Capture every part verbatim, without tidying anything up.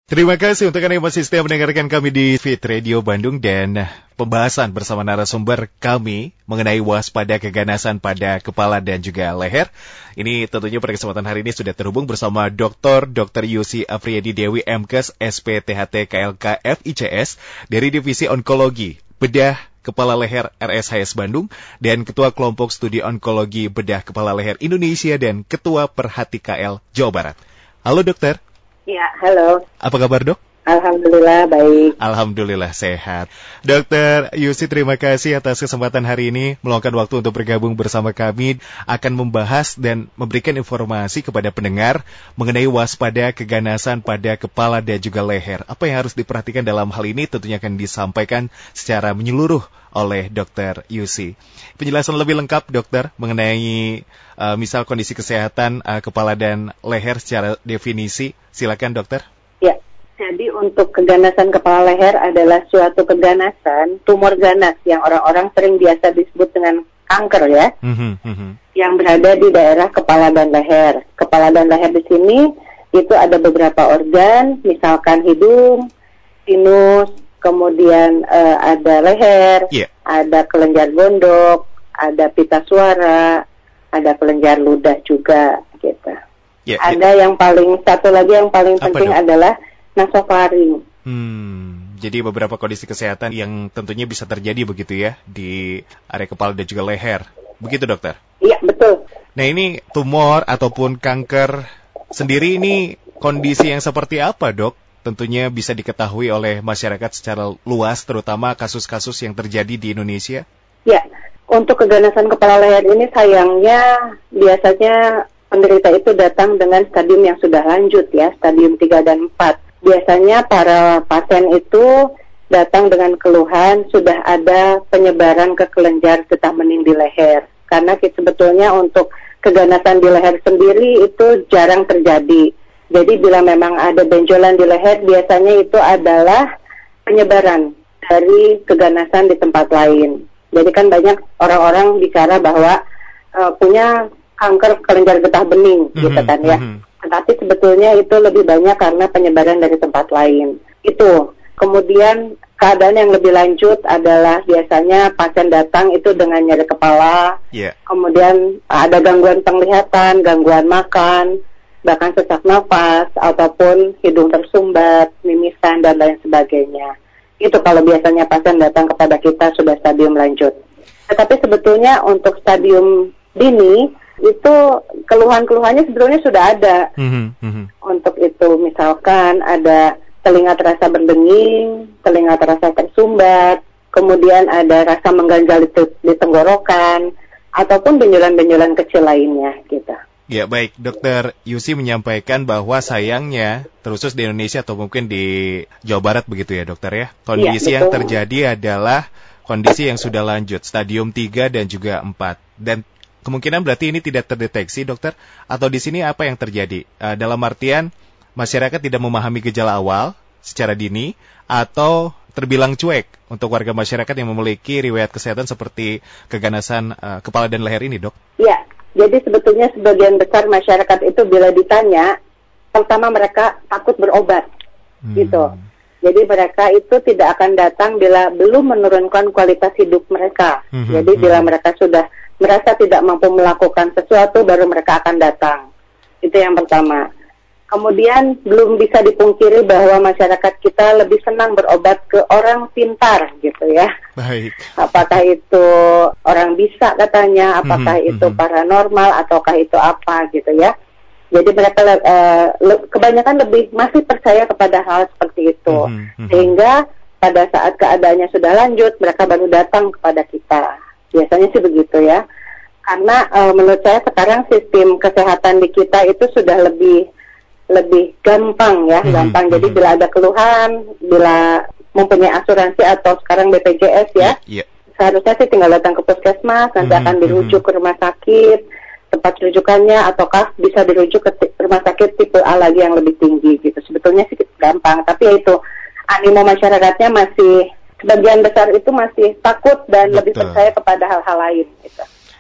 Terima kasih untuk Anda yang masih setia mendengarkan kami di Fit Radio Bandung dan pembahasan bersama narasumber kami mengenai waspada keganasan pada kepala dan juga leher. Ini tentunya pada kesempatan hari ini sudah terhubung bersama Doktor Doktor Yusi Afriyadi Dewi M Kes S P T H T K L K F I C S dari Divisi Onkologi Bedah Kepala Leher R S H S Bandung dan Ketua Kelompok Studi Onkologi Bedah Kepala Leher Indonesia dan Ketua Perhati K L Jawa Barat. Halo dokter. Ya, halo. Apa kabar dok? Alhamdulillah baik. Alhamdulillah sehat. Dokter Yusi, terima kasih atas kesempatan hari ini meluangkan waktu untuk bergabung bersama kami, akan membahas dan memberikan informasi kepada pendengar mengenai waspada keganasan pada kepala dan juga leher. Apa yang harus diperhatikan dalam hal ini tentunya akan disampaikan secara menyeluruh oleh dokter Yusi. Penjelasan lebih lengkap dokter mengenai uh, misal kondisi kesehatan uh, kepala dan leher secara definisi, silakan dokter. Ya. Jadi untuk keganasan kepala leher adalah suatu keganasan tumor ganas yang orang-orang sering biasa disebut dengan kanker ya, mm-hmm, mm-hmm. yang berada di daerah kepala dan leher. Kepala dan leher di sini itu ada beberapa organ, misalkan hidung, sinus, kemudian uh, ada leher, yeah. ada kelenjar gondok, ada pita suara, ada kelenjar ludah juga gitu. Yeah, ada yeah. yang paling satu lagi yang paling Apa penting dong? adalah nasofaring. Hmm, jadi beberapa kondisi kesehatan yang tentunya bisa terjadi begitu ya di area kepala dan juga leher. Begitu dokter? Iya, betul. Nah ini tumor ataupun kanker sendiri ini kondisi yang seperti apa dok? Tentunya bisa diketahui oleh masyarakat secara luas, terutama kasus-kasus yang terjadi di Indonesia. Ya, untuk keganasan kepala leher ini sayangnya biasanya penderita itu datang dengan stadium yang sudah lanjut ya, stadium tiga dan empat. Biasanya para pasien itu datang dengan keluhan sudah ada penyebaran ke kelenjar getah bening di leher. Karena sebetulnya untuk keganasan di leher sendiri itu jarang terjadi. Jadi bila memang ada benjolan di leher, biasanya itu adalah penyebaran dari keganasan di tempat lain. Jadi kan banyak orang-orang bicara bahwa uh, punya kanker kelenjar getah bening, mm-hmm, gitu kan ya. Mm-hmm. Tetapi sebetulnya itu lebih banyak karena penyebaran dari tempat lain. Itu. Kemudian keadaan yang lebih lanjut adalah biasanya pasien datang itu dengan nyeri kepala, yeah. kemudian ada gangguan penglihatan, gangguan makan, bahkan sesak nafas, ataupun hidung tersumbat, mimisan, dan lain sebagainya. Itu kalau biasanya pasien datang kepada kita sudah stadium lanjut. Tetapi sebetulnya untuk stadium dini, itu keluhan-keluhannya sebetulnya sudah ada. Mm-hmm, mm-hmm. Untuk itu misalkan ada telinga terasa berdenging, telinga terasa tersumbat, kemudian ada rasa mengganjal di, di tenggorokan, ataupun benjolan-benjolan kecil lainnya gitu. Ya baik, dokter Yusi menyampaikan bahwa sayangnya, terkhusus di Indonesia atau mungkin di Jawa Barat begitu ya dokter ya, kondisi ya, yang terjadi adalah kondisi yang sudah lanjut, stadium tiga dan juga empat. Dan kemungkinan berarti ini tidak terdeteksi, dokter? Atau di sini apa yang terjadi? Uh, dalam artian, masyarakat tidak memahami gejala awal secara dini, atau terbilang cuek untuk warga masyarakat yang memiliki riwayat kesehatan seperti keganasan uh, kepala dan leher ini, dok? Iya, jadi sebetulnya sebagian besar masyarakat itu bila ditanya, pertama mereka takut berobat, hmm. gitu. Jadi mereka itu tidak akan datang bila belum menurunkan kualitas hidup mereka. Hmm. Jadi bila mereka sudah merasa tidak mampu melakukan sesuatu, baru mereka akan datang. Itu yang pertama. Kemudian belum bisa dipungkiri bahwa masyarakat kita lebih senang berobat ke orang pintar gitu ya. Baik. Apakah itu orang bisa katanya, apakah mm-hmm, itu mm-hmm. paranormal, ataukah itu apa gitu ya. Jadi mereka uh, le- kebanyakan lebih masih percaya kepada hal seperti itu. Mm-hmm, sehingga pada saat keadaannya sudah lanjut, mereka baru datang kepada kita. Biasanya sih begitu ya. Karena uh, menurut saya sekarang sistem kesehatan di kita itu sudah lebih lebih gampang ya, mm-hmm. gampang. Jadi mm-hmm. bila ada keluhan, bila mempunyai asuransi atau sekarang B P J S ya, yeah, yeah. seharusnya sih tinggal datang ke puskesmas, nanti mm-hmm. akan dirujuk ke rumah sakit, tempat rujukannya, ataukah bisa dirujuk ke t- rumah sakit tipe A lagi yang lebih tinggi gitu. Sebetulnya sih gampang, tapi ya itu animo masyarakatnya masih, sebagian besar itu masih takut dan Betul. lebih percaya kepada hal-hal lain gitu.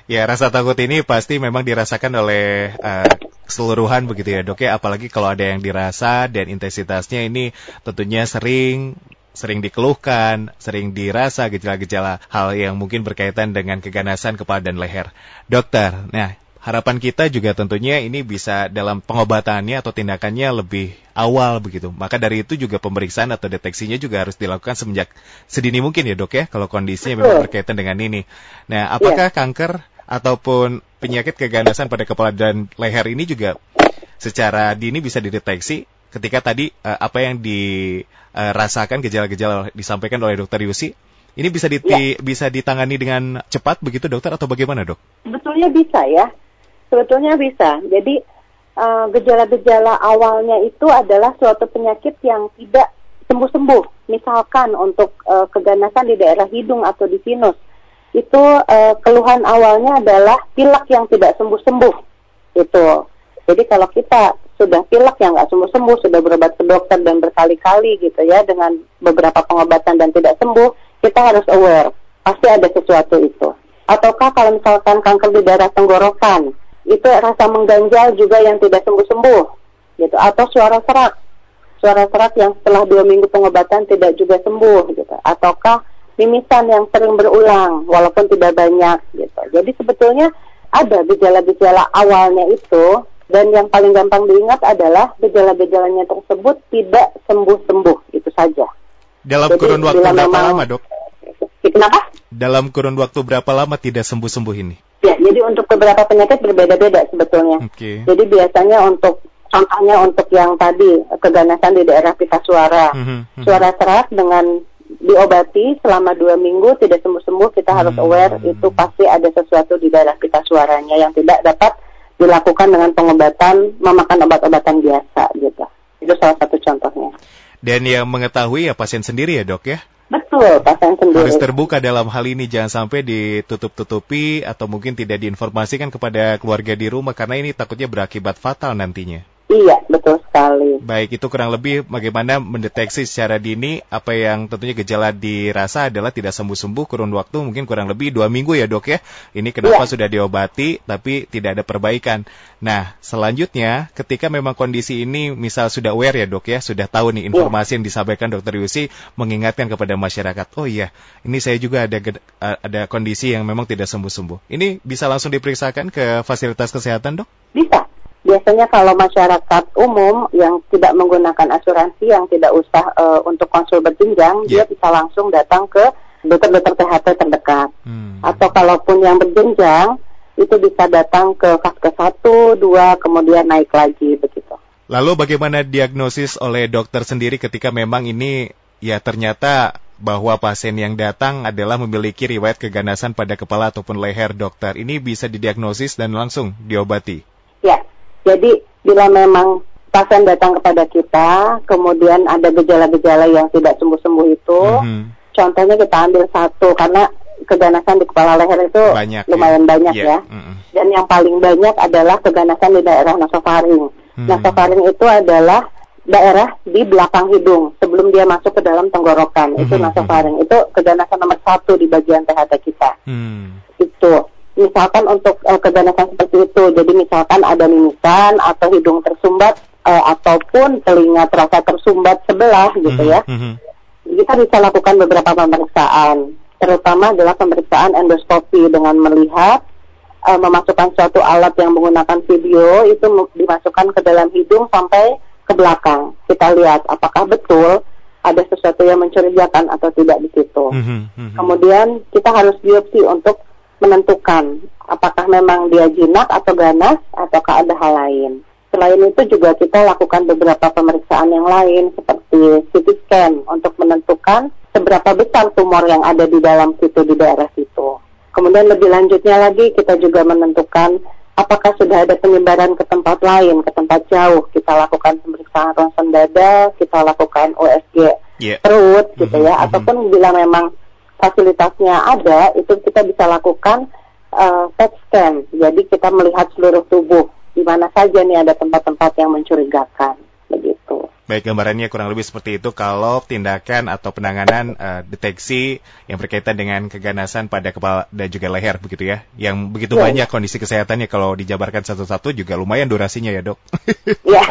Ya, rasa takut ini pasti memang dirasakan oleh uh, keseluruhan begitu ya dok ya, apalagi kalau ada yang dirasa dan intensitasnya ini tentunya sering sering dikeluhkan, sering dirasa gejala-gejala hal yang mungkin berkaitan dengan keganasan kepala dan leher. Dokter, nah harapan kita juga tentunya ini bisa dalam pengobatannya atau tindakannya lebih awal begitu. Maka dari itu juga pemeriksaan atau deteksinya juga harus dilakukan semenjak sedini mungkin ya dok ya, kalau kondisinya memang berkaitan dengan ini. Nah, apakah yeah. kanker ataupun penyakit keganasan pada kepala dan leher ini juga secara dini bisa dideteksi ketika tadi uh, apa yang dirasakan uh, gejala-gejala disampaikan oleh dokter Yusi, ini bisa diti- ya. bisa ditangani dengan cepat begitu dokter atau bagaimana dok? Sebetulnya bisa ya, sebetulnya bisa. Jadi uh, gejala-gejala awalnya itu adalah suatu penyakit yang tidak sembuh-sembuh. Misalkan untuk uh, keganasan di daerah hidung atau di sinus, itu uh, keluhan awalnya adalah pilek yang tidak sembuh-sembuh. Itu. Jadi kalau kita sudah pilek yang nggak sembuh-sembuh, sudah berobat ke dokter dan berkali-kali gitu ya, dengan beberapa pengobatan dan tidak sembuh, kita harus aware, pasti ada sesuatu itu. Ataukah kalau misalkan kanker di daerah tenggorokan, itu rasa mengganjal juga yang tidak sembuh-sembuh, gitu. Atau suara serak, suara serak yang setelah dua minggu pengobatan tidak juga sembuh, gitu. Ataukah mimisan yang sering berulang, walaupun tidak banyak, gitu. Jadi sebetulnya ada gejala-gejala awalnya itu, dan yang paling gampang diingat adalah gejala-gejalanya tersebut tidak sembuh-sembuh, itu saja. Dalam jadi, kurun waktu berapa memang, lama, dok? Kenapa? Dalam kurun waktu berapa lama tidak sembuh-sembuh ini? Ya, jadi untuk beberapa penyakit berbeda-beda sebetulnya. Okay. Jadi biasanya untuk, contohnya untuk yang tadi, keganasan di daerah pita suara. Mm-hmm, mm-hmm. Suara serak dengan diobati selama dua minggu tidak sembuh-sembuh, kita harus mm-hmm. aware itu pasti ada sesuatu di daerah pita suaranya yang tidak dapat dilakukan dengan pengobatan, memakan obat-obatan biasa gitu. Itu salah satu contohnya. Dan yang mengetahui ya pasien sendiri ya dok ya? Betul, pasien sendiri. Harus terbuka dalam hal ini, jangan sampai ditutup-tutupi atau mungkin tidak diinformasikan kepada keluarga di rumah, karena ini takutnya berakibat fatal nantinya. Iya, betul sekali. Baik, itu kurang lebih bagaimana mendeteksi secara dini apa yang tentunya gejala dirasa adalah tidak sembuh-sembuh kurun waktu mungkin kurang lebih dua minggu ya dok ya. Ini kenapa ya. Sudah diobati tapi tidak ada perbaikan. Nah, selanjutnya ketika memang kondisi ini misal sudah aware ya dok ya, sudah tahu nih informasi ya. Yang disampaikan dokter Yusi, mengingatkan kepada masyarakat, oh iya, ini saya juga ada ada kondisi yang memang tidak sembuh-sembuh. Ini bisa langsung diperiksakan ke fasilitas kesehatan dok? Bisa. Biasanya kalau masyarakat umum yang tidak menggunakan asuransi, yang tidak usah uh, untuk konsul berjenjang, yeah. dia bisa langsung datang ke dokter-dokter T H T terdekat. Hmm. Atau kalaupun yang berjenjang, itu bisa datang ke Vaskes satu, dua, kemudian naik lagi begitu. Lalu bagaimana diagnosis oleh dokter sendiri ketika memang ini ya ternyata bahwa pasien yang datang adalah memiliki riwayat keganasan pada kepala ataupun leher dokter? Ini bisa didiagnosis dan langsung diobati? Ya. Jadi bila memang pasien datang kepada kita, kemudian ada gejala-gejala yang tidak sembuh-sembuh itu, mm-hmm. contohnya kita ambil satu, karena keganasan di kepala leher itu banyak, lumayan ya. banyak yeah. ya. Mm-hmm. Dan yang paling banyak adalah keganasan di daerah nasofaring. Mm-hmm. Nasofaring itu adalah daerah di belakang hidung, sebelum dia masuk ke dalam tenggorokan. Mm-hmm. Itu nasofaring, itu keganasan nomor satu di bagian T H T kita. Mm-hmm. Itu. Misalkan untuk uh, keganasan seperti itu, jadi misalkan ada mimisan atau hidung tersumbat uh, ataupun telinga terasa tersumbat sebelah gitu ya, mm-hmm. kita bisa lakukan beberapa pemeriksaan, terutama adalah pemeriksaan endoskopi dengan melihat, uh, memasukkan suatu alat yang menggunakan video, itu dimasukkan ke dalam hidung sampai ke belakang. Kita lihat apakah betul ada sesuatu yang mencurigakan atau tidak di situ. Mm-hmm. Kemudian kita harus biopsi untuk menentukan apakah memang dia jinak atau ganas ataukah ada hal lain. Selain itu juga kita lakukan beberapa pemeriksaan yang lain seperti C T scan untuk menentukan seberapa besar tumor yang ada di dalam situ, di daerah situ. Kemudian lebih lanjutnya lagi kita juga menentukan apakah sudah ada penyebaran ke tempat lain, ke tempat jauh. Kita lakukan pemeriksaan ronsen dada, kita lakukan U S G yeah. perut gitu mm-hmm, ya, mm-hmm. ataupun bila memang fasilitasnya ada, itu kita bisa lakukan uh, P E T scan. Jadi kita melihat seluruh tubuh, di mana saja nih ada tempat-tempat yang mencurigakan, begitu. Baik, gambarannya kurang lebih seperti itu kalau tindakan atau penanganan uh, deteksi yang berkaitan dengan keganasan pada kepala dan juga leher, begitu ya. Yang begitu ya, banyak kondisi kesehatannya, kalau dijabarkan satu-satu juga lumayan durasinya ya, Dok. Iya.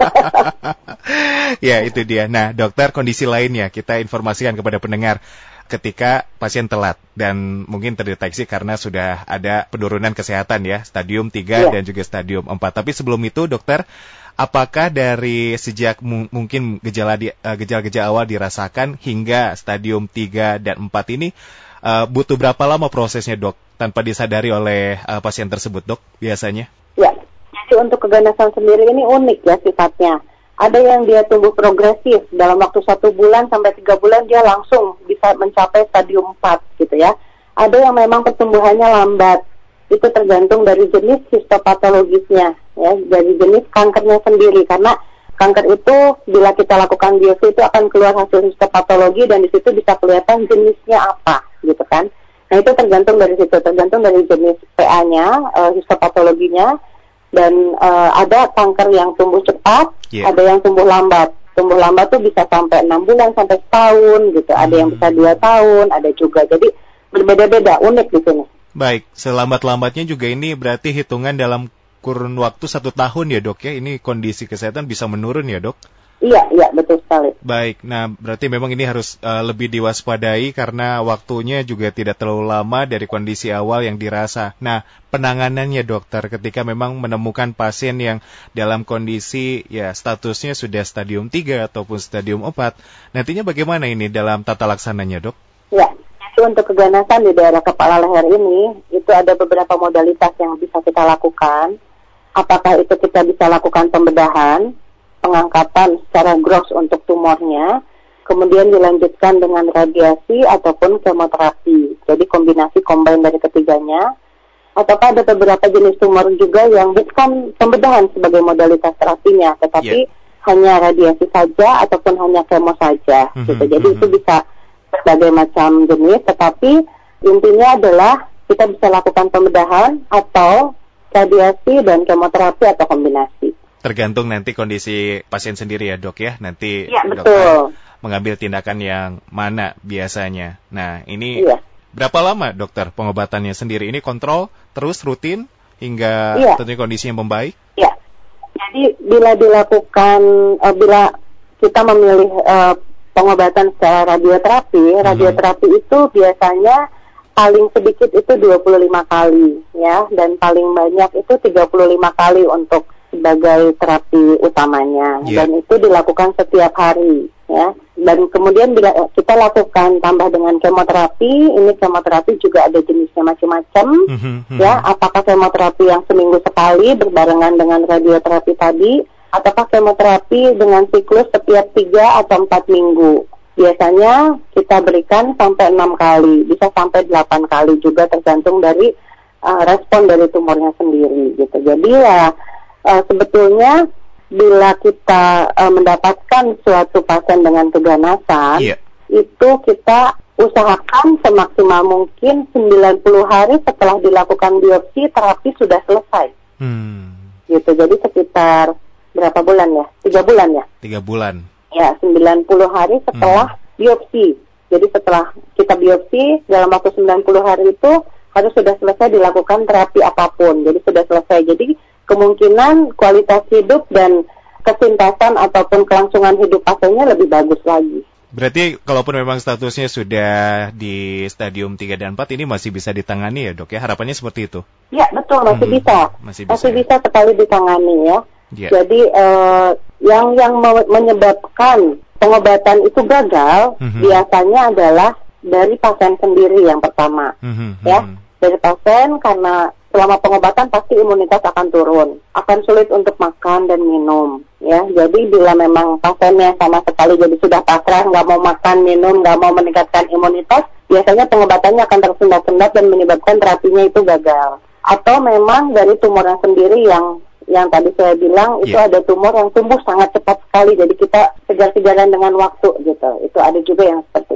Ya, itu dia. Nah, dokter, kondisi lainnya kita informasikan kepada pendengar ketika pasien telat dan mungkin terdeteksi karena sudah ada penurunan kesehatan ya, stadium tiga ya, dan juga stadium empat. Tapi sebelum itu, dokter, apakah dari sejak m- mungkin gejala di, uh, gejala-gejala awal dirasakan hingga stadium tiga dan empat ini uh, butuh berapa lama prosesnya, Dok, tanpa disadari oleh uh, pasien tersebut, Dok, biasanya? Ya, jadi untuk keganasan sendiri ini unik ya sifatnya. Ada yang dia tumbuh progresif, dalam waktu satu bulan sampai tiga bulan dia langsung bisa mencapai stadium empat gitu ya. Ada yang memang pertumbuhannya lambat, itu tergantung dari jenis histopatologisnya ya, dari jenis kankernya sendiri. Karena kanker itu bila kita lakukan biopsi itu akan keluar hasil histopatologi dan di situ bisa kelihatan jenisnya apa gitu kan. Nah itu tergantung dari situ, tergantung dari jenis P A-nya, uh, histopatologinya. Dan uh, ada kanker yang tumbuh cepat, yeah, ada yang tumbuh lambat. Tumbuh lambat tuh bisa sampai enam bulan sampai setahun gitu. Ada hmm. yang bisa dua tahun, ada juga. Jadi berbeda-beda, unik di sini. Baik, selambat-lambatnya juga ini berarti hitungan dalam kurun waktu satu tahun ya, Dok ya. Ini kondisi kesehatan bisa menurun ya, Dok? Iya, iya, betul sekali. Baik, nah berarti memang ini harus uh, lebih diwaspadai karena waktunya juga tidak terlalu lama dari kondisi awal yang dirasa. Nah, penanganannya, dokter, ketika memang menemukan pasien yang dalam kondisi ya statusnya sudah stadium tiga ataupun stadium empat, nantinya bagaimana ini dalam tata laksananya, Dok? Ya, jadi untuk keganasan di daerah kepala leher ini, itu ada beberapa modalitas yang bisa kita lakukan. Apakah itu kita bisa lakukan pembedahan, pengangkatan secara gross untuk tumornya, kemudian dilanjutkan dengan radiasi ataupun kemoterapi. Jadi kombinasi combine dari ketiganya. Ataukah ada beberapa jenis tumor juga yang bukan pembedahan sebagai modalitas terapinya, tetapi yeah. hanya radiasi saja ataupun hanya kemo saja. Mm-hmm, gitu. Jadi mm-hmm. itu bisa berbagai macam jenis, tetapi intinya adalah kita bisa lakukan pembedahan atau radiasi dan kemoterapi atau kombinasi. Tergantung nanti kondisi pasien sendiri ya, Dok ya. Nanti ya, dokter mengambil tindakan yang mana biasanya. Nah, ini ya. Berapa lama, dokter, pengobatannya sendiri? Ini kontrol terus rutin hingga ya. tentunya kondisinya membaik? Ya. Jadi bila dilakukan uh, bila kita memilih uh, pengobatan secara radioterapi, hmm. radioterapi itu biasanya paling sedikit itu dua puluh lima kali ya, dan paling banyak itu tiga puluh lima kali untuk sebagai terapi utamanya, yeah. dan itu dilakukan setiap hari ya. Dan kemudian bila kita lakukan tambah dengan kemoterapi, ini kemoterapi juga ada jenisnya macam-macam mm-hmm. ya. Apakah kemoterapi yang seminggu sekali berbarengan dengan radioterapi tadi, ataukah kemoterapi dengan siklus setiap tiga atau empat minggu. Biasanya kita berikan sampai enam kali, bisa sampai delapan kali juga tergantung dari uh, respon dari tumornya sendiri gitu. Jadi ya Uh, sebetulnya bila kita uh, mendapatkan suatu pasien dengan keganasan, yeah. itu kita usahakan semaksimal mungkin sembilan puluh hari setelah dilakukan biopsi terapi sudah selesai. Hmm. Gitu. Jadi sekitar berapa bulan ya? Tiga bulan ya? Tiga bulan. Ya, sembilan puluh hari setelah hmm. biopsi. Jadi setelah kita biopsi dalam waktu sembilan puluh hari itu harus sudah selesai dilakukan terapi apapun. Jadi sudah selesai. Jadi kemungkinan kualitas hidup dan kesintasan ataupun kelangsungan hidup pasiennya lebih bagus lagi. Berarti kalaupun memang statusnya sudah di stadium tiga dan empat ini masih bisa ditangani ya, Dok ya? Harapannya seperti itu? Ya, betul, masih hmm, bisa. Masih bisa, masih ya? bisa sekali ditangani ya. Yeah. Jadi eh, yang yang menyebabkan pengobatan itu gagal mm-hmm. biasanya adalah dari pasien sendiri yang pertama. Mm-hmm. Ya, dari pasien karena selama pengobatan pasti imunitas akan turun, akan sulit untuk makan dan minum, ya. Jadi bila memang pasiennya sama sekali jadi sudah pasrah, nggak mau makan, minum, nggak mau meningkatkan imunitas, biasanya pengobatannya akan tersendat-sendat dan menyebabkan terapinya itu gagal. Atau memang dari tumornya sendiri yang yang tadi saya bilang itu yeah. ada tumor yang tumbuh sangat cepat sekali, jadi kita kejar-kejaran dengan waktu gitu. Itu ada juga yang seperti itu.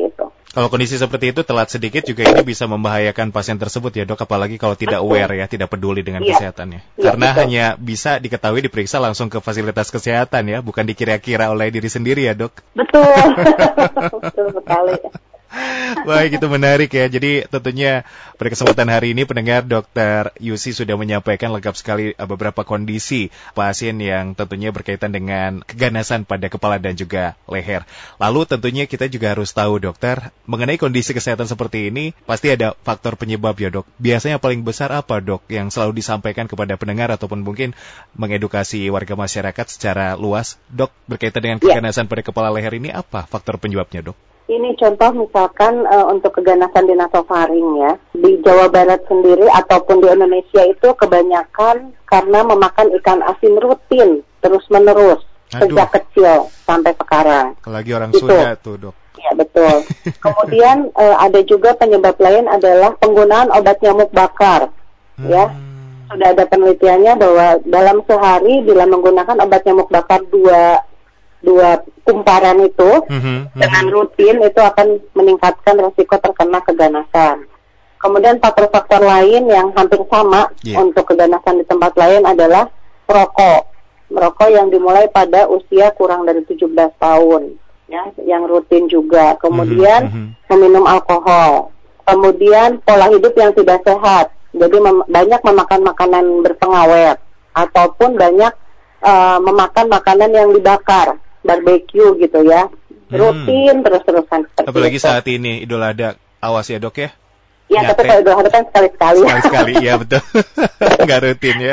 Kalau kondisi seperti itu telat sedikit juga ini bisa membahayakan pasien tersebut ya dok, apalagi kalau tidak Betul. aware ya, tidak peduli dengan ya. kesehatannya. Ya, Karena betul. hanya bisa diketahui diperiksa langsung ke fasilitas kesehatan ya, bukan dikira-kira oleh diri sendiri ya dok. Betul, betul sekali. Baik, itu menarik ya. Jadi tentunya pada kesempatan hari ini pendengar dokter Yusi sudah menyampaikan lengkap sekali beberapa kondisi pasien yang tentunya berkaitan dengan keganasan pada kepala dan juga leher. Lalu tentunya kita juga harus tahu dokter, mengenai kondisi kesehatan seperti ini pasti ada faktor penyebab ya dok. Biasanya paling besar apa dok yang selalu disampaikan kepada pendengar ataupun mungkin mengedukasi warga masyarakat secara luas dok berkaitan dengan keganasan ya. pada kepala leher ini apa faktor penyebabnya dok? Ini contoh misalkan uh, untuk keganasan di nasofaring ya. Di Jawa Barat sendiri ataupun di Indonesia itu kebanyakan karena memakan ikan asin rutin terus-menerus sejak kecil sampai sekarang. Lagi orang gitu. Sunda tuh dok. Ya betul. Kemudian uh, ada juga penyebab lain adalah penggunaan obat nyamuk bakar. Hmm. Ya, sudah ada penelitiannya bahwa dalam sehari bila menggunakan obat nyamuk bakar dua dua kumparan itu mm-hmm, dengan rutin itu akan meningkatkan risiko terkena keganasan. Kemudian faktor-faktor lain yang hampir sama yeah. untuk keganasan di tempat lain adalah merokok. Merokok yang dimulai pada usia kurang dari tujuh belas tahun, ya, yang rutin juga. Kemudian mm-hmm, meminum alkohol. Kemudian pola hidup yang tidak sehat. Jadi mem- banyak memakan makanan berpengawet ataupun banyak uh, memakan makanan yang dibakar. Barbecue gitu ya, rutin hmm. terus-terusan. Apalagi itu. Saat ini Idul Adha, awas ya dok ya. Ya, ya tapi kalau Idul Adha kan sekali-sekali. Sekali-sekali, ya betul. Nggak rutin ya.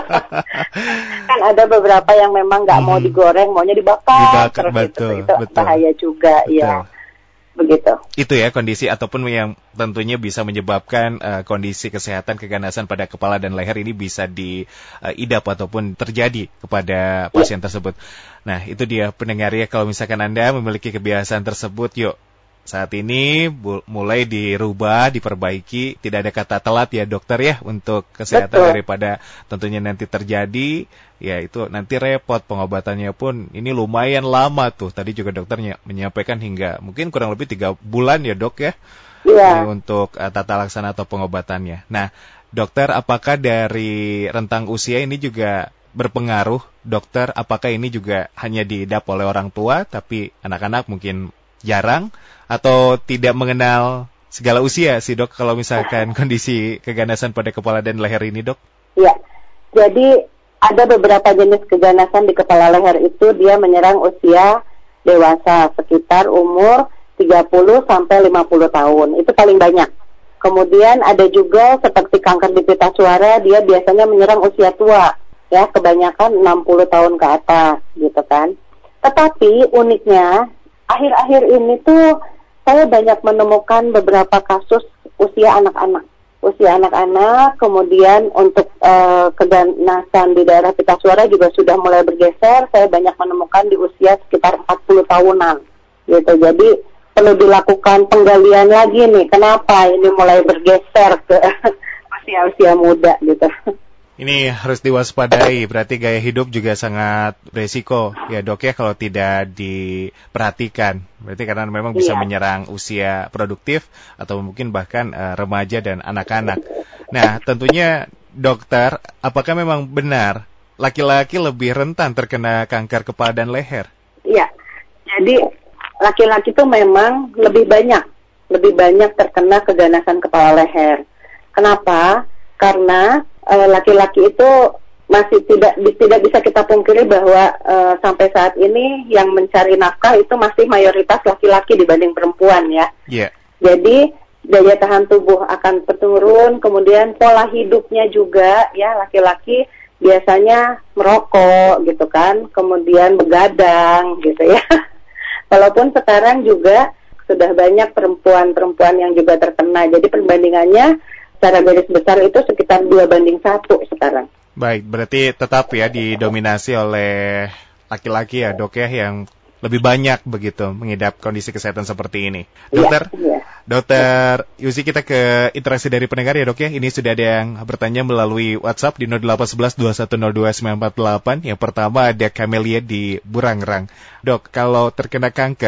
Kan ada beberapa yang memang nggak hmm. mau digoreng, maunya dibakar. Dibakar, terus betul, itu, itu betul. bahaya juga, betul. Ya. Begitu. Itu ya kondisi ataupun yang tentunya bisa menyebabkan uh, kondisi kesehatan keganasan pada kepala dan leher ini bisa diidap uh, ataupun terjadi kepada pasien ya. tersebut. Nah, itu dia pendengar ya, kalau misalkan Anda memiliki kebiasaan tersebut, yuk saat ini bu- mulai dirubah, diperbaiki. Tidak ada kata telat ya dokter ya untuk kesehatan. Betul. Daripada tentunya nanti terjadi, ya itu nanti repot pengobatannya pun ini lumayan lama tuh. Tadi juga dokternya menyampaikan hingga mungkin kurang lebih tiga bulan ya dok ya. Iya. Untuk uh, tata laksana atau pengobatannya. Nah dokter, apakah dari rentang usia ini juga berpengaruh dokter? Apakah ini juga hanya diidap oleh orang tua tapi anak-anak mungkin jarang atau tidak mengenal segala usia sih dok kalau misalkan kondisi keganasan pada kepala dan leher ini dok? Iya, jadi ada beberapa jenis keganasan di kepala leher itu dia menyerang usia dewasa sekitar umur tiga puluh sampai lima puluh tahun, itu paling banyak. Kemudian ada juga seperti kanker di pita suara, dia biasanya menyerang usia tua, ya kebanyakan enam puluh tahun ke atas gitu kan. Tetapi uniknya akhir-akhir ini tuh saya banyak menemukan beberapa kasus usia anak-anak. Usia anak-anak, kemudian untuk uh, keganasan di daerah pita suara juga sudah mulai bergeser. Saya banyak menemukan di usia sekitar empat puluh tahunan. Gitu. Jadi perlu dilakukan penggalian lagi nih, kenapa ini mulai bergeser ke usia-usia muda gitu. Ini harus diwaspadai, berarti gaya hidup juga sangat beresiko ya dok ya kalau tidak diperhatikan. Berarti karena memang bisa iya. menyerang usia produktif atau mungkin bahkan uh, remaja dan anak-anak. Nah tentunya dokter, apakah memang benar laki-laki lebih rentan terkena kanker kepala dan leher? Iya, jadi laki-laki itu memang lebih banyak, lebih banyak terkena keganasan kepala leher. Kenapa? Karena laki-laki itu masih tidak tidak bisa kita pungkiri bahwa uh, sampai saat ini yang mencari nafkah itu masih mayoritas laki-laki dibanding perempuan ya. Yeah. Jadi daya tahan tubuh akan turun, kemudian pola hidupnya juga ya, laki-laki biasanya merokok gitu kan, kemudian begadang gitu ya. Walaupun sekarang juga sudah banyak perempuan-perempuan yang juga terkena. Jadi perbandingannya secara garis besar itu sekitar dua banding satu sekarang. Baik, berarti tetap ya didominasi oleh laki-laki ya dok ya, yang lebih banyak begitu mengidap kondisi kesehatan seperti ini. Dokter, ya, ya. Dokter Yusi, kita ke interaksi dari pendengar ya dok ya. Ini sudah ada yang bertanya melalui WhatsApp di nol delapan satu satu dua satu nol dua sembilan empat delapan. Yang pertama ada Camelia di Burangrang. Dok, kalau terkena kanker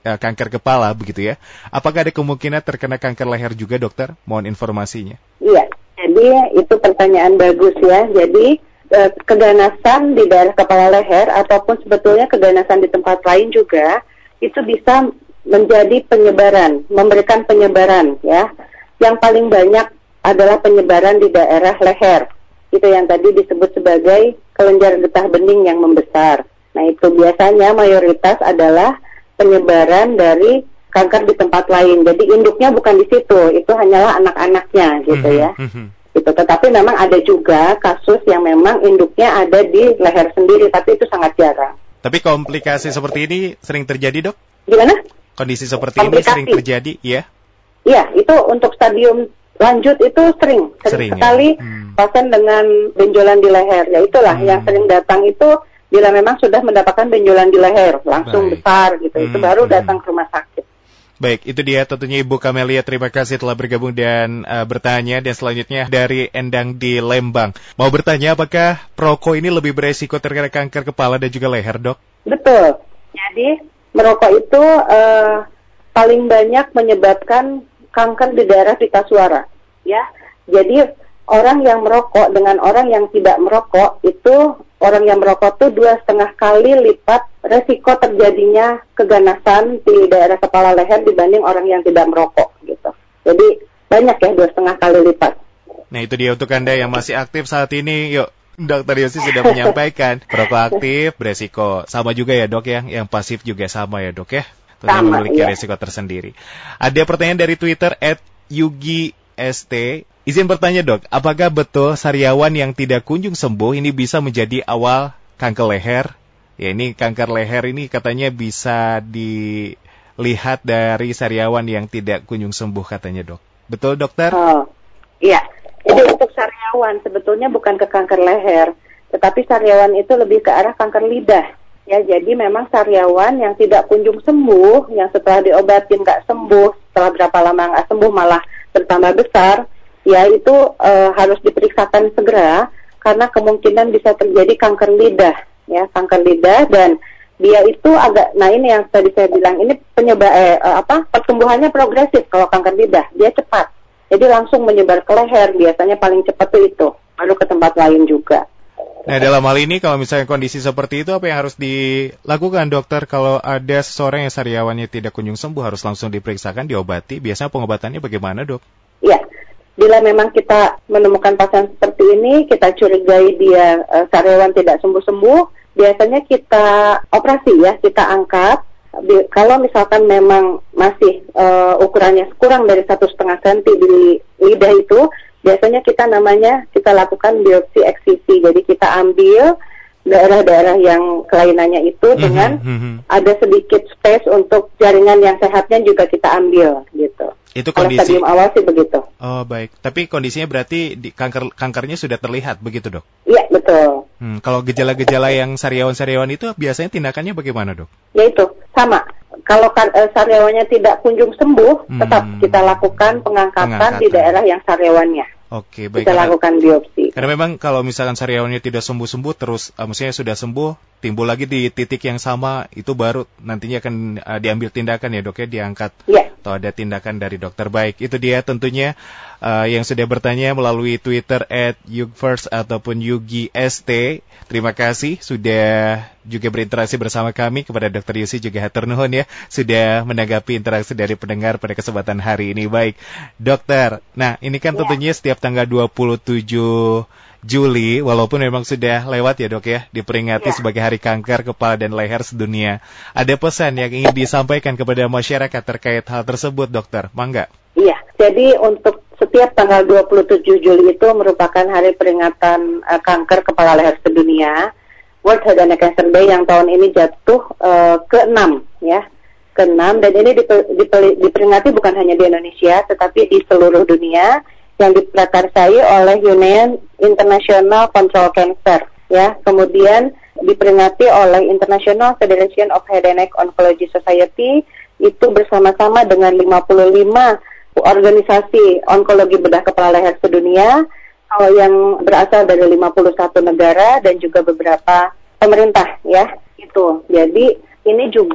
uh, kanker kepala begitu ya. Apakah ada kemungkinan terkena kanker leher juga, dokter? Mohon informasinya. Iya, jadi itu pertanyaan bagus ya. Jadi uh, keganasan di daerah kepala leher ataupun sebetulnya keganasan di tempat lain juga itu bisa menjadi penyebaran, memberikan penyebaran ya. Yang paling banyak adalah penyebaran di daerah leher. Itu yang tadi disebut sebagai kelenjar getah bening yang membesar. Nah itu biasanya mayoritas adalah penyebaran dari kanker di tempat lain. Jadi induknya bukan di situ, itu hanyalah anak-anaknya gitu ya. Gitu. Tetapi memang ada juga kasus yang memang induknya ada di leher sendiri, tapi itu sangat jarang. Tapi komplikasi seperti ini sering terjadi, dok? Gimana? Kondisi seperti komplikasi ini sering terjadi, ya? Iya, itu untuk stadium lanjut itu sering, sering, sering sekali ya? hmm. pasien dengan benjolan di leher. Ya itulah hmm. yang sering datang itu bila memang sudah mendapatkan benjolan di leher, langsung Baik. besar gitu, hmm. itu baru datang ke rumah sakit. Baik, itu dia tentunya Ibu Kamelia, terima kasih telah bergabung dan uh, bertanya. Dan selanjutnya dari Endang di Lembang. Mau bertanya apakah perokok ini lebih beresiko terkena kanker kepala dan juga leher, dok? Betul, jadi merokok itu uh, paling banyak menyebabkan kanker di daerah pita suara, ya. Jadi orang yang merokok dengan orang yang tidak merokok itu orang yang merokok itu dua setengah kali lipat resiko terjadinya keganasan di daerah kepala leher dibanding orang yang tidak merokok gitu. Jadi banyak ya dua setengah kali lipat. Nah itu dia untuk Anda yang masih aktif saat ini. Yuk, Dokter Yosi sudah menyampaikan perokok aktif beresiko sama juga ya dok ya, yang pasif juga sama ya dok ya. Tentunya memiliki iya. resiko tersendiri. Ada pertanyaan dari Twitter at yugi s t. Izin bertanya dok, apakah betul sariawan yang tidak kunjung sembuh ini bisa menjadi awal kanker leher? Ya ini kanker leher ini katanya bisa dilihat dari sariawan yang tidak kunjung sembuh katanya dok. Betul dokter? Oh, iya. Jadi untuk sariawan sebetulnya bukan ke kanker leher, tetapi sariawan itu lebih ke arah kanker lidah. Ya, jadi memang sariawan yang tidak kunjung sembuh, yang setelah diobatin nggak sembuh, setelah berapa lama nggak sembuh malah bertambah besar, ya itu e, harus diperiksakan segera karena kemungkinan bisa terjadi kanker lidah, ya kanker lidah dan dia itu agak, nah ini yang tadi saya bilang ini penyebab eh, apa pertumbuhannya progresif kalau kanker lidah, dia cepat, jadi langsung menyebar ke leher, biasanya paling cepat itu itu, baru ke tempat lain juga. Nah dalam hal ini kalau misalnya kondisi seperti itu apa yang harus dilakukan dokter kalau ada seseorang yang sariawannya tidak kunjung sembuh harus langsung diperiksakan, diobati, biasanya pengobatannya bagaimana dok? Iya, bila memang kita menemukan pasien seperti ini, kita curigai dia uh, sariawan tidak sembuh-sembuh, biasanya kita operasi ya, kita angkat. Di, kalau misalkan memang masih uh, ukurannya kurang dari satu setengah senti di lidah itu, biasanya kita namanya kita lakukan biopsi eksisi. Jadi kita ambil daerah-daerah yang kelainannya itu mm-hmm, dengan mm-hmm. ada sedikit space untuk jaringan yang sehatnya juga kita ambil gitu. Itu kondisi stadium awal sih begitu. Oh baik, tapi kondisinya berarti di kanker kankernya sudah terlihat begitu dok? Iya betul. Hmm, kalau gejala-gejala yang sariawan-sariawan itu biasanya tindakannya bagaimana dok? Ya itu sama. Kalau kan, e, sariawannya tidak kunjung sembuh, hmm. tetap kita lakukan pengangkatan, pengangkatan di daerah yang sariawannya. Oke, baik. Kita karena, lakukan biopsi. Karena memang kalau misalkan sariawannya tidak sembuh-sembuh, terus uh, maksudnya sudah sembuh, timbul lagi di titik yang sama, itu baru nantinya akan uh, diambil tindakan ya dok ya, diangkat. Ya. Atau ada tindakan dari dokter. Baik, itu dia tentunya uh, yang sudah bertanya melalui Twitter at yugfirst ataupun yugi s t. Terima kasih sudah juga berinteraksi bersama kami. Kepada dokter Yosi juga hatur nuhun ya, sudah menanggapi interaksi dari pendengar pada kesempatan hari ini. Baik, dokter. Nah, ini kan ya. tentunya setiap tanggal dua puluh tujuh Juli, walaupun memang sudah lewat ya dok ya, diperingati ya. sebagai Hari Kanker Kepala dan Leher Sedunia. Ada pesan yang ingin disampaikan kepada masyarakat terkait hal tersebut dokter, mangga? Iya, jadi untuk setiap tanggal dua puluh tujuh Juli itu merupakan hari peringatan uh, kanker kepala leher sedunia, World Head and Neck Cancer Day yang tahun ini jatuh uh, ke enam ya, ke enam dan ini dipe- dipe- diperingati bukan hanya di Indonesia tetapi di seluruh dunia yang diprakarsai oleh Union International Control Cancer ya, kemudian diperingati oleh International Federation of Head and Neck Oncology Society itu bersama-sama dengan lima puluh lima organisasi onkologi bedah kepala leher sedunia yang berasal dari lima puluh satu negara dan juga beberapa pemerintah ya itu. Jadi ini juga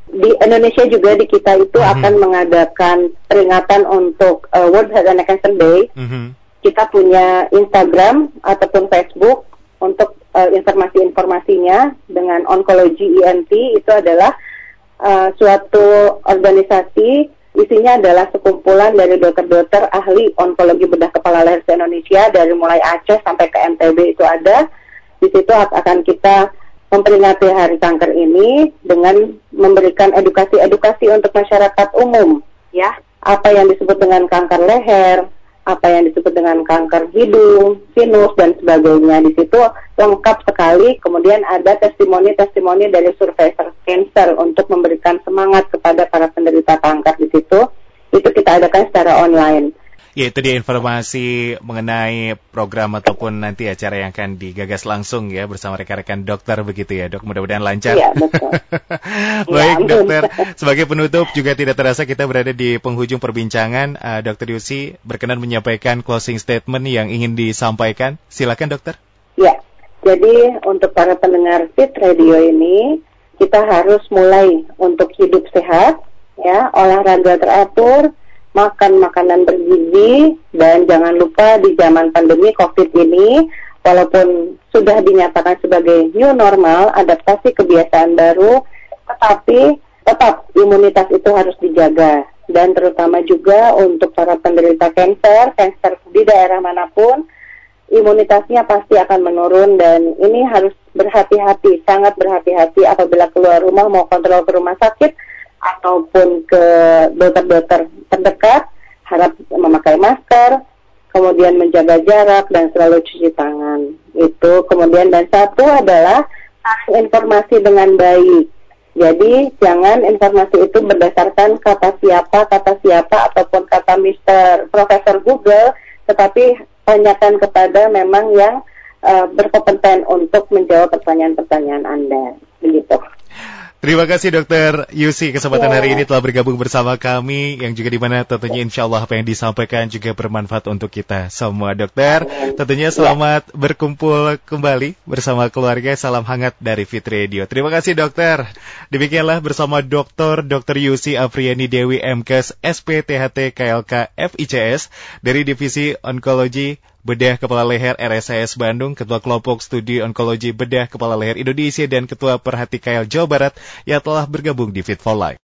Di Indonesia juga di kita itu mm-hmm. akan mengadakan peringatan untuk uh, World Head and Neck Cancer Day. Mm-hmm. Kita punya Instagram ataupun Facebook untuk uh, informasi-informasinya dengan Onkologi I N T. Itu adalah uh, suatu organisasi, isinya adalah sekumpulan dari dokter-dokter ahli onkologi bedah kepala leher se-Indonesia, dari mulai Aceh sampai ke N T B itu ada. Di situ akan kita memperingati Hari Kanker ini dengan memberikan edukasi-edukasi untuk masyarakat umum, ya. Apa yang disebut dengan kanker leher, apa yang disebut dengan kanker hidung, sinus, dan sebagainya. Di situ lengkap sekali. Kemudian ada testimoni-testimoni dari survivor cancer untuk memberikan semangat kepada para penderita kanker di situ. Itu kita adakan secara online. Ya, itu dia informasi mengenai program ataupun nanti acara yang akan digagas langsung ya bersama rekan-rekan dokter begitu ya, Dok. Mudah-mudahan lancar. Iya, betul. Baik, ya, Dokter. Sebagai penutup juga tidak terasa kita berada di penghujung perbincangan. Uh, Dokter Yusi berkenan menyampaikan closing statement yang ingin disampaikan. Silakan, Dokter. Ya, jadi untuk para pendengar Fit Radio ini, kita harus mulai untuk hidup sehat, ya, olahraga teratur, makan makanan bergizi, dan jangan lupa di zaman pandemi COVID ini, walaupun sudah dinyatakan sebagai new normal, adaptasi kebiasaan baru, tetapi tetap imunitas itu harus dijaga. Dan terutama juga untuk para penderita kanker, kanker di daerah manapun, imunitasnya pasti akan menurun, dan ini harus berhati-hati, sangat berhati-hati apabila keluar rumah mau kontrol ke rumah sakit, ataupun ke dokter-dokter terdekat, harap memakai masker, kemudian menjaga jarak dan selalu cuci tangan. Itu kemudian, dan satu adalah saring informasi dengan baik. Jadi jangan informasi itu berdasarkan kata siapa, kata siapa ataupun kata Mister Profesor Google, tetapi tanyakan kepada memang yang uh, berkompeten untuk menjawab pertanyaan-pertanyaan Anda. Begitu. Terima kasih Dokter Yusi, kesempatan yeah. hari ini telah bergabung bersama kami, yang juga dimana tentunya insya Allah apa yang disampaikan juga bermanfaat untuk kita semua, Dokter. Tentunya selamat yeah. berkumpul kembali bersama keluarga, salam hangat dari Fit Radio. Terima kasih Dokter. Demikianlah bersama Dokter Dokter Yusi Afriani Dewi M Kes S P T H T K L K F I C S dari Divisi Onkologi Bedah Kepala Leher R S I S Bandung, Ketua Kelompok Studi Onkologi Bedah Kepala Leher Indonesia, dan Ketua Perhati K L Jawa Barat yang telah bergabung di Fit for Life.